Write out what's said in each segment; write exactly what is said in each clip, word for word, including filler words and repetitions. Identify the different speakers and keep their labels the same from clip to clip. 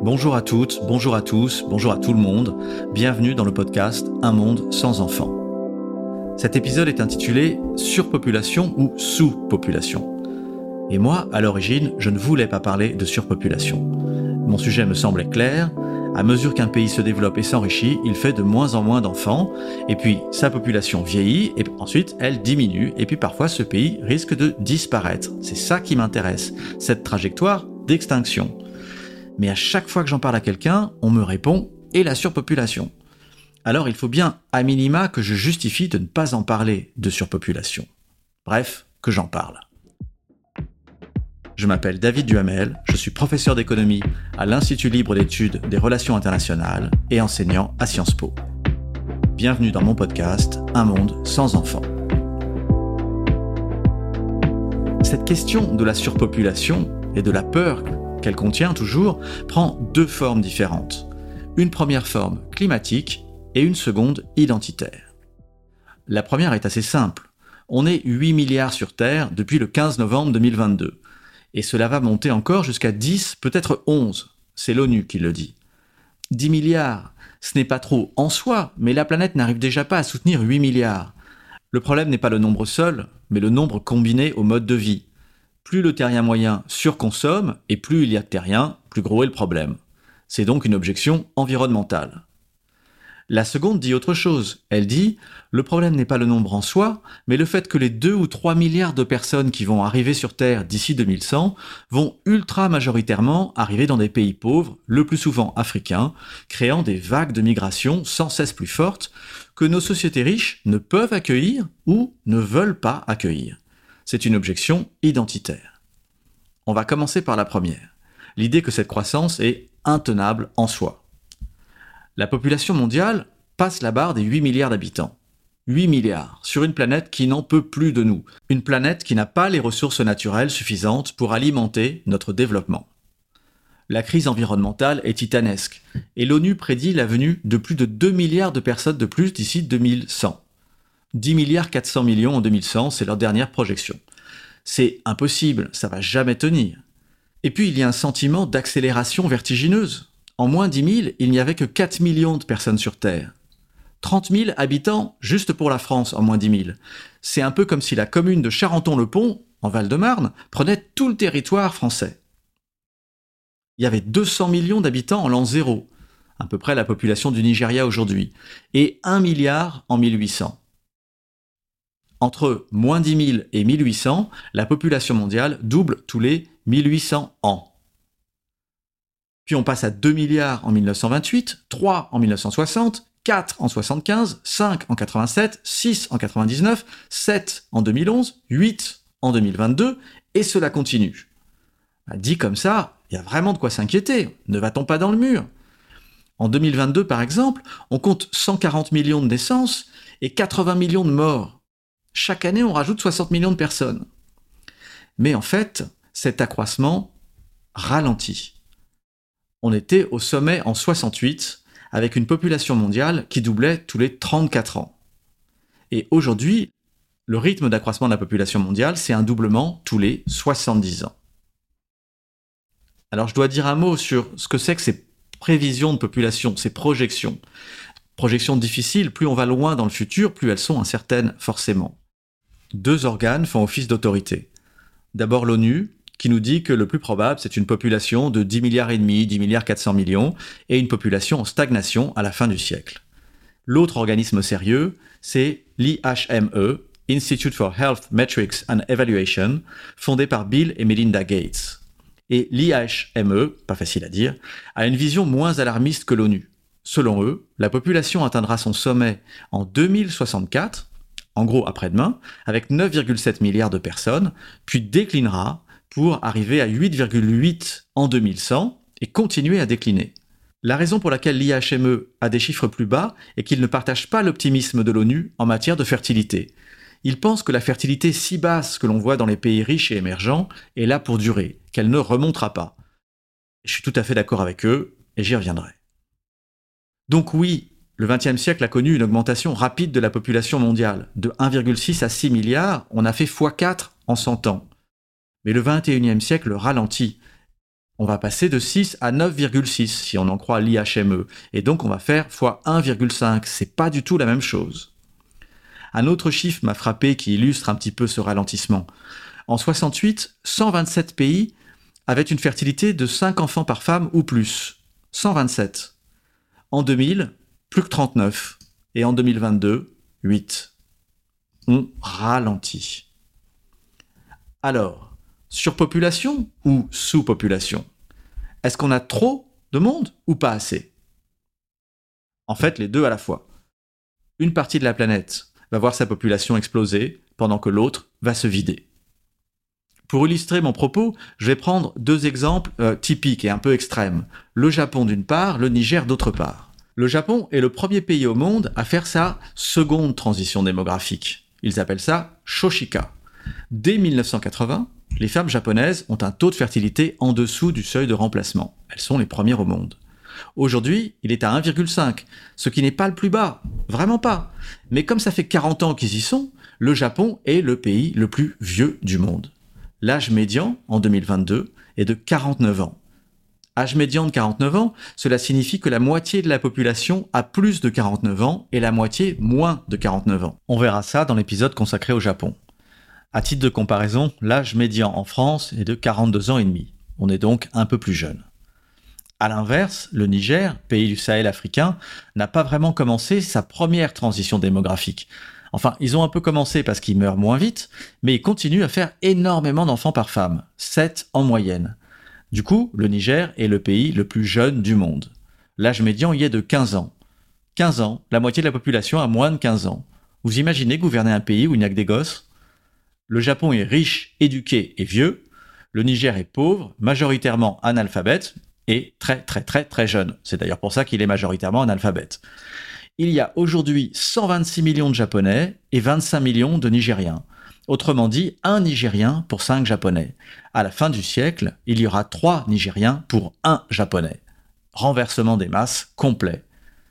Speaker 1: Bonjour à toutes, bonjour à tous, bonjour à tout le monde. Bienvenue dans le podcast Un monde sans enfants. Cet épisode est intitulé Surpopulation ou sous-population. Et moi, à l'origine, je ne voulais pas parler de surpopulation. Mon sujet me semblait clair. À mesure qu'un pays se développe et s'enrichit, il fait de moins en moins d'enfants, et puis sa population vieillit, et ensuite elle diminue, et puis parfois ce pays risque de disparaître. C'est ça qui m'intéresse, cette trajectoire d'extinction. Mais à chaque fois que j'en parle à quelqu'un, on me répond « et la surpopulation ». Alors il faut bien, à minima, que je justifie de ne pas en parler de surpopulation. Bref, que j'en parle. Je m'appelle David Duhamel, je suis professeur d'économie à l'Institut libre d'études des relations internationales et enseignant à Sciences Po. Bienvenue dans mon podcast Un monde sans enfants. Cette question de la surpopulation et de la peur qu'elle contient toujours prend deux formes différentes. Une première forme climatique et une seconde identitaire. La première est assez simple. On est huit milliards sur Terre depuis le quinze novembre deux mille vingt-deux. Et cela va monter encore jusqu'à dix, peut-être onze. C'est l'ONU qui le dit. dix milliards, ce n'est pas trop en soi, mais la planète n'arrive déjà pas à soutenir huit milliards. Le problème n'est pas le nombre seul, mais le nombre combiné au mode de vie. Plus le terrien moyen surconsomme, et plus il y a de terrien, plus gros est le problème. C'est donc une objection environnementale. La seconde dit autre chose. Elle dit « Le problème n'est pas le nombre en soi, mais le fait que les deux ou trois milliards de personnes qui vont arriver sur Terre d'ici deux mille cent vont ultra majoritairement arriver dans des pays pauvres, le plus souvent africains, créant des vagues de migration sans cesse plus fortes que nos sociétés riches ne peuvent accueillir ou ne veulent pas accueillir. » C'est une objection identitaire. On va commencer par la première. L'idée que cette croissance est intenable en soi. La population mondiale passe la barre des huit milliards d'habitants. huit milliards, sur une planète qui n'en peut plus de nous. Une planète qui n'a pas les ressources naturelles suffisantes pour alimenter notre développement. La crise environnementale est titanesque, et l'ONU prédit la venue de plus de deux milliards de personnes de plus d'ici deux mille cent. dix milliards quatre cents millions en deux mille cent, c'est leur dernière projection. C'est impossible, ça va jamais tenir. Et puis il y a un sentiment d'accélération vertigineuse. En moins dix mille, il n'y avait que quatre millions de personnes sur Terre. trente mille habitants juste pour la France en moins dix mille. C'est un peu comme si la commune de Charenton-le-Pont, en Val-de-Marne, prenait tout le territoire français. Il y avait deux cents millions d'habitants en l'an zéro, à peu près la population du Nigeria aujourd'hui, et un milliard en mille huit cents. Entre moins dix mille et mille huit cents, la population mondiale double tous les mille huit cents ans. Puis on passe à deux milliards en mille neuf cent vingt-huit, trois en mille neuf cent soixante, quatre en soixante-quinze, cinq en quatre-vingt-sept, six en quatre-vingt-dix-neuf, sept en deux mille onze, huit en deux mille vingt-deux, et cela continue. Dit comme ça, il y a vraiment de quoi s'inquiéter. Ne va-t-on pas dans le mur ? En deux mille vingt-deux, par exemple, on compte cent quarante millions de naissances et quatre-vingts millions de morts. Chaque année, on rajoute soixante millions de personnes. Mais en fait, cet accroissement ralentit. On était au sommet en soixante-huit, avec une population mondiale qui doublait tous les trente-quatre ans. Et aujourd'hui, le rythme d'accroissement de la population mondiale, c'est un doublement tous les soixante-dix ans. Alors je dois dire un mot sur ce que c'est que ces prévisions de population, ces projections. Projections difficiles, plus on va loin dans le futur, plus elles sont incertaines forcément. Deux organes font office d'autorité. D'abord l'ONU, qui nous dit que le plus probable, c'est une population de dix milliards et demi, dix milliards quatre cents millions, et une population en stagnation à la fin du siècle. L'autre organisme sérieux, c'est l'I H M E, Institute for Health Metrics and Evaluation, fondé par Bill et Melinda Gates. Et l'I H M E, pas facile à dire, a une vision moins alarmiste que l'ONU. Selon eux, la population atteindra son sommet en deux mille soixante-quatre, en gros après-demain, avec neuf virgule sept milliards de personnes, puis déclinera pour arriver à huit virgule huit en deux mille cent et continuer à décliner. La raison pour laquelle l'I H M E a des chiffres plus bas est qu'il ne partage pas l'optimisme de l'ONU en matière de fertilité. Il pense que la fertilité si basse que l'on voit dans les pays riches et émergents est là pour durer, qu'elle ne remontera pas. Je suis tout à fait d'accord avec eux, et j'y reviendrai. Donc oui, le vingtième siècle a connu une augmentation rapide de la population mondiale. De un virgule six à six milliards, on a fait fois quatre en cent ans. Mais le vingt et unième siècle ralentit. On va passer de six à neuf virgule six si on en croit l'I H M E. Et donc on va faire fois un virgule cinq. C'est pas du tout la même chose. Un autre chiffre m'a frappé qui illustre un petit peu ce ralentissement. En soixante-huit, cent vingt-sept pays avaient une fertilité de cinq enfants par femme ou plus. cent vingt-sept. En deux mille, plus que trente-neuf. Et en deux mille vingt-deux, huit. On ralentit. Alors, surpopulation ou sous-population? Est-ce qu'on a trop de monde ou pas assez? En fait, les deux à la fois. Une partie de la planète va voir sa population exploser pendant que l'autre va se vider. Pour illustrer mon propos, je vais prendre deux exemples euh, typiques et un peu extrêmes. Le Japon d'une part, le Niger d'autre part. Le Japon est le premier pays au monde à faire sa seconde transition démographique. Ils appellent ça Shoshika. Dès mille neuf cent quatre-vingts, les femmes japonaises ont un taux de fertilité en dessous du seuil de remplacement. Elles sont les premières au monde. Aujourd'hui, il est à un virgule cinq, ce qui n'est pas le plus bas, vraiment pas. Mais comme ça fait quarante ans qu'ils y sont, le Japon est le pays le plus vieux du monde. L'âge médian, en deux mille vingt-deux, est de quarante-neuf ans. Âge médian de quarante-neuf ans, cela signifie que la moitié de la population a plus de quarante-neuf ans et la moitié moins de quarante-neuf ans. On verra ça dans l'épisode consacré au Japon. À titre de comparaison, l'âge médian en France est de quarante-deux ans et demi. On est donc un peu plus jeune. A l'inverse, le Niger, pays du Sahel africain, n'a pas vraiment commencé sa première transition démographique. Enfin, ils ont un peu commencé parce qu'ils meurent moins vite, mais ils continuent à faire énormément d'enfants par femme, sept en moyenne. Du coup, le Niger est le pays le plus jeune du monde. L'âge médian y est de quinze ans. quinze ans, la moitié de la population a moins de quinze ans. Vous imaginez gouverner un pays où il n'y a que des gosses? Le Japon est riche, éduqué et vieux. Le Niger est pauvre, majoritairement analphabète et très très très très jeune. C'est d'ailleurs pour ça qu'il est majoritairement analphabète. Il y a aujourd'hui cent vingt-six millions de Japonais et vingt-cinq millions de Nigériens. Autrement dit, un Nigérien pour cinq Japonais. À la fin du siècle, il y aura trois Nigériens pour un Japonais. Renversement des masses complet.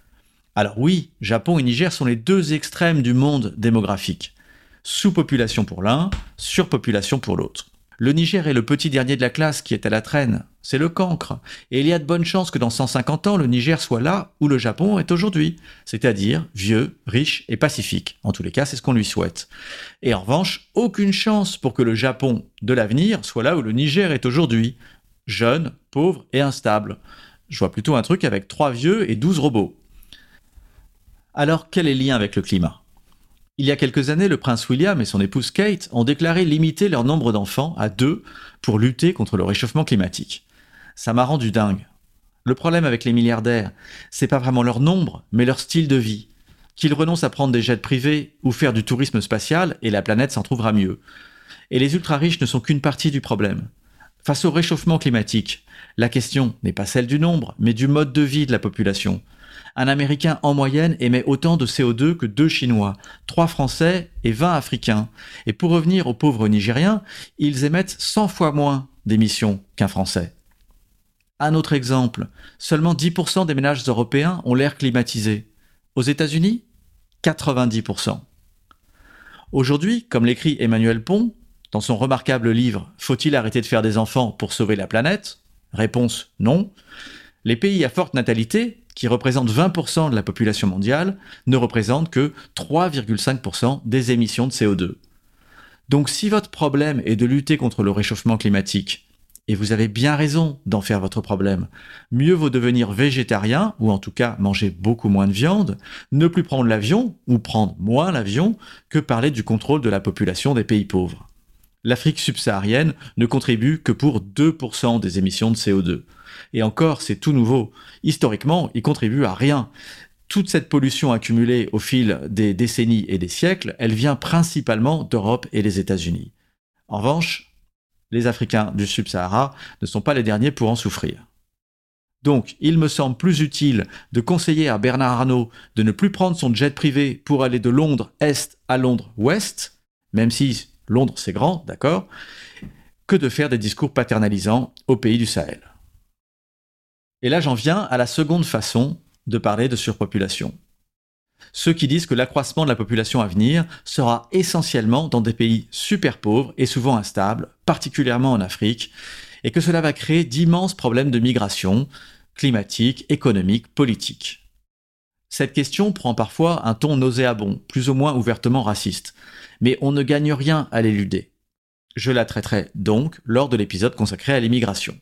Speaker 1: Alors oui, Japon et Niger sont les deux extrêmes du monde démographique. Sous-population pour l'un, surpopulation pour l'autre. Le Niger est le petit dernier de la classe qui est à la traîne. C'est le cancre. Et il y a de bonnes chances que dans cent cinquante ans, le Niger soit là où le Japon est aujourd'hui. C'est-à-dire vieux, riche et pacifique. En tous les cas, c'est ce qu'on lui souhaite. Et en revanche, aucune chance pour que le Japon de l'avenir soit là où le Niger est aujourd'hui. Jeune, pauvre et instable. Je vois plutôt un truc avec trois vieux et douze robots. Alors, quel est le lien avec le climat ? Il y a quelques années, le prince William et son épouse Kate ont déclaré limiter leur nombre d'enfants à deux pour lutter contre le réchauffement climatique. Ça m'a rendu dingue. Le problème avec les milliardaires, c'est pas vraiment leur nombre, mais leur style de vie. Qu'ils renoncent à prendre des jets privés ou faire du tourisme spatial et la planète s'en trouvera mieux. Et les ultra-riches ne sont qu'une partie du problème. Face au réchauffement climatique, la question n'est pas celle du nombre, mais du mode de vie de la population. Un Américain en moyenne émet autant de C O deux que deux Chinois, trois Français et vingt Africains. Et pour revenir aux pauvres Nigériens, ils émettent cent fois moins d'émissions qu'un Français. Un autre exemple, seulement dix pour cent des ménages européens ont l'air climatisé. Aux États-Unis, quatre-vingt-dix pour cent. Aujourd'hui, comme l'écrit Emmanuel Pont, dans son remarquable livre « Faut-il arrêter de faire des enfants pour sauver la planète ?» Réponse non. Les pays à forte natalité, qui représentent vingt pour cent de la population mondiale, ne représentent que trois virgule cinq pour cent des émissions de C O deux. Donc si votre problème est de lutter contre le réchauffement climatique, et vous avez bien raison d'en faire votre problème, mieux vaut devenir végétarien, ou en tout cas manger beaucoup moins de viande, ne plus prendre l'avion, ou prendre moins l'avion, que parler du contrôle de la population des pays pauvres. L'Afrique subsaharienne ne contribue que pour deux pour cent des émissions de C O deux. Et encore, c'est tout nouveau. Historiquement, il contribue à rien. Toute cette pollution accumulée au fil des décennies et des siècles, elle vient principalement d'Europe et des États-Unis. En revanche, les Africains du Sub-Sahara ne sont pas les derniers pour en souffrir. Donc, il me semble plus utile de conseiller à Bernard Arnault de ne plus prendre son jet privé pour aller de Londres Est à Londres Ouest, même si Londres c'est grand, d'accord, que de faire des discours paternalisants aux pays du Sahel. Et là, j'en viens à la seconde façon de parler de surpopulation. Ceux qui disent que l'accroissement de la population à venir sera essentiellement dans des pays super pauvres et souvent instables, particulièrement en Afrique, et que cela va créer d'immenses problèmes de migration, climatique, économique, politique. Cette question prend parfois un ton nauséabond, plus ou moins ouvertement raciste, mais on ne gagne rien à l'éluder. Je la traiterai donc lors de l'épisode consacré à l'immigration.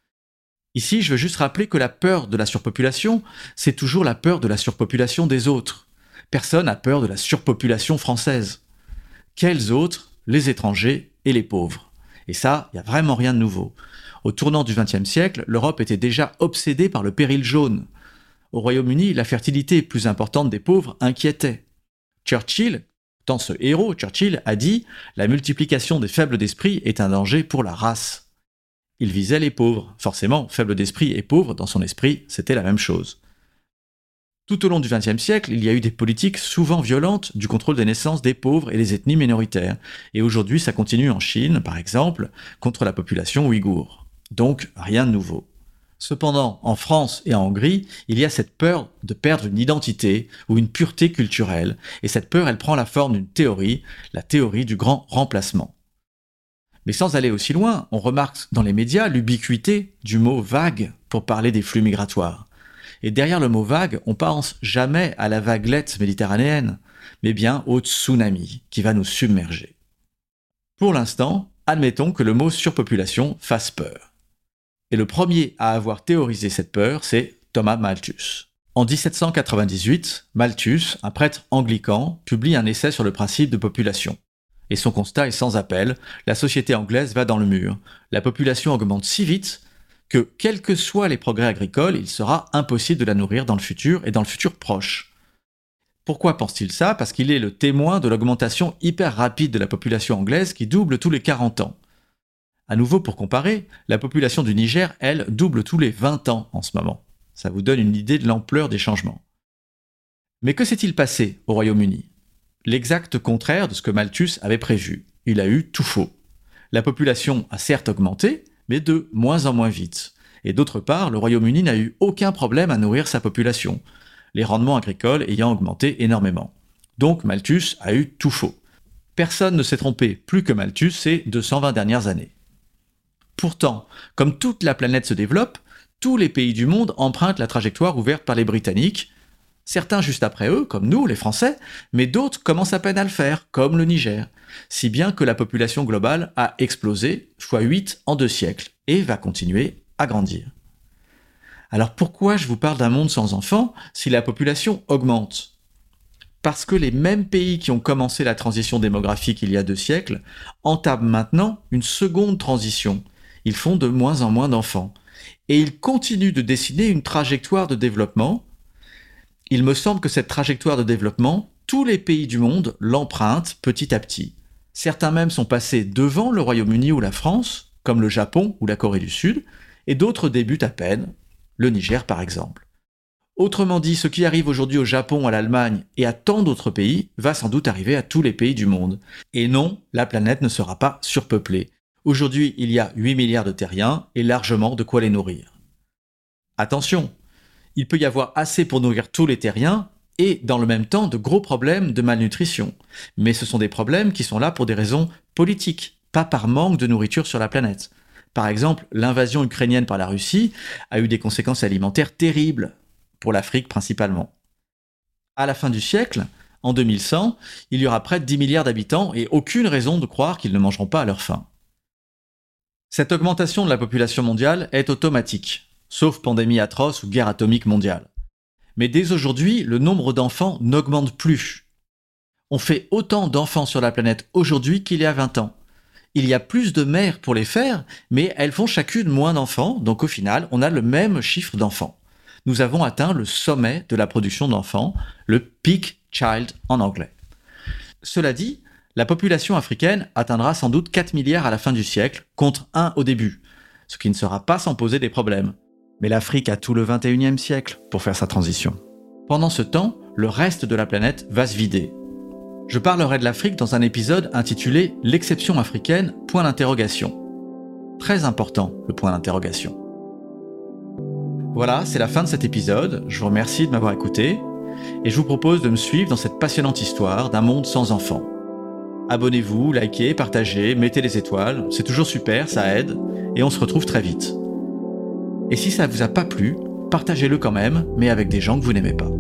Speaker 1: Ici, je veux juste rappeler que la peur de la surpopulation, c'est toujours la peur de la surpopulation des autres. Personne n'a peur de la surpopulation française. Quels autres? Les étrangers et les pauvres. Et ça, il n'y a vraiment rien de nouveau. Au tournant du vingtième siècle, l'Europe était déjà obsédée par le péril jaune. Au Royaume-Uni, la fertilité plus importante des pauvres inquiétait. Churchill, tant ce héros, Churchill, a dit « La multiplication des faibles d'esprit est un danger pour la race ». Il visait les pauvres. Forcément, faible d'esprit et pauvre, dans son esprit, c'était la même chose. Tout au long du vingtième siècle, il y a eu des politiques souvent violentes du contrôle des naissances des pauvres et des ethnies minoritaires. Et aujourd'hui, ça continue en Chine, par exemple, contre la population ouïghour. Donc, rien de nouveau. Cependant, en France et en Hongrie, il y a cette peur de perdre une identité ou une pureté culturelle. Et cette peur, elle prend la forme d'une théorie, la théorie du grand remplacement. Mais sans aller aussi loin, on remarque dans les médias l'ubiquité du mot « vague » pour parler des flux migratoires. Et derrière le mot « vague », on pense jamais à la vaguelette méditerranéenne, mais bien au tsunami qui va nous submerger. Pour l'instant, admettons que le mot « surpopulation » fasse peur. Et le premier à avoir théorisé cette peur, c'est Thomas Malthus. En dix-sept cent quatre-vingt-dix-huit, Malthus, un prêtre anglican, publie un essai sur le principe de population. Et son constat est sans appel, la société anglaise va dans le mur. La population augmente si vite que, quels que soient les progrès agricoles, il sera impossible de la nourrir dans le futur et dans le futur proche. Pourquoi pense-t-il ça? Parce qu'il est le témoin de l'augmentation hyper rapide de la population anglaise qui double tous les quarante ans. À nouveau, pour comparer, la population du Niger, elle, double tous les vingt ans en ce moment. Ça vous donne une idée de l'ampleur des changements. Mais que s'est-il passé au Royaume-Uni? L'exact contraire de ce que Malthus avait prévu. Il a eu tout faux. La population a certes augmenté, mais de moins en moins vite. Et d'autre part, le Royaume-Uni n'a eu aucun problème à nourrir sa population, les rendements agricoles ayant augmenté énormément. Donc Malthus a eu tout faux. Personne ne s'est trompé plus que Malthus ces deux cent vingt dernières années. Pourtant, comme toute la planète se développe, tous les pays du monde empruntent la trajectoire ouverte par les Britanniques, certains juste après eux, comme nous, les Français, mais d'autres commencent à peine à le faire, comme le Niger, si bien que la population globale a explosé, fois huit en deux siècles, et va continuer à grandir. Alors pourquoi je vous parle d'un monde sans enfants si la population augmente? Parce que les mêmes pays qui ont commencé la transition démographique il y a deux siècles entament maintenant une seconde transition. Ils font de moins en moins d'enfants. Et ils continuent de dessiner une trajectoire de développement. Il me semble que cette trajectoire de développement, tous les pays du monde l'empruntent petit à petit. Certains même sont passés devant le Royaume-Uni ou la France, comme le Japon ou la Corée du Sud, et d'autres débutent à peine, le Niger par exemple. Autrement dit, ce qui arrive aujourd'hui au Japon, à l'Allemagne et à tant d'autres pays va sans doute arriver à tous les pays du monde. Et non, la planète ne sera pas surpeuplée. Aujourd'hui, il y a huit milliards de terriens et largement de quoi les nourrir. Attention, il peut y avoir assez pour nourrir tous les terriens et, dans le même temps, de gros problèmes de malnutrition. Mais ce sont des problèmes qui sont là pour des raisons politiques, pas par manque de nourriture sur la planète. Par exemple, l'invasion ukrainienne par la Russie a eu des conséquences alimentaires terribles, pour l'Afrique principalement. À la fin du siècle, en deux mille cent, il y aura près de dix milliards d'habitants et aucune raison de croire qu'ils ne mangeront pas à leur faim. Cette augmentation de la population mondiale est automatique, sauf pandémie atroce ou guerre atomique mondiale. Mais dès aujourd'hui, le nombre d'enfants n'augmente plus. On fait autant d'enfants sur la planète aujourd'hui qu'il y a vingt ans. Il y a plus de mères pour les faire, mais elles font chacune moins d'enfants, donc au final, on a le même chiffre d'enfants. Nous avons atteint le sommet de la production d'enfants, le peak child en anglais. Cela dit, la population africaine atteindra sans doute quatre milliards à la fin du siècle, contre un au début, ce qui ne sera pas sans poser des problèmes. Mais l'Afrique a tout le vingt et unième siècle pour faire sa transition. Pendant ce temps, le reste de la planète va se vider. Je parlerai de l'Afrique dans un épisode intitulé « L'exception africaine, point d'interrogation ». Très important, le point d'interrogation. Voilà, c'est la fin de cet épisode. Je vous remercie de m'avoir écouté et je vous propose de me suivre dans cette passionnante histoire d'un monde sans enfants. Abonnez-vous, likez, partagez, mettez les étoiles, c'est toujours super, ça aide. et on se retrouve très vite. Et si ça vous a pas plu, partagez-le quand même, mais avec des gens que vous n'aimez pas.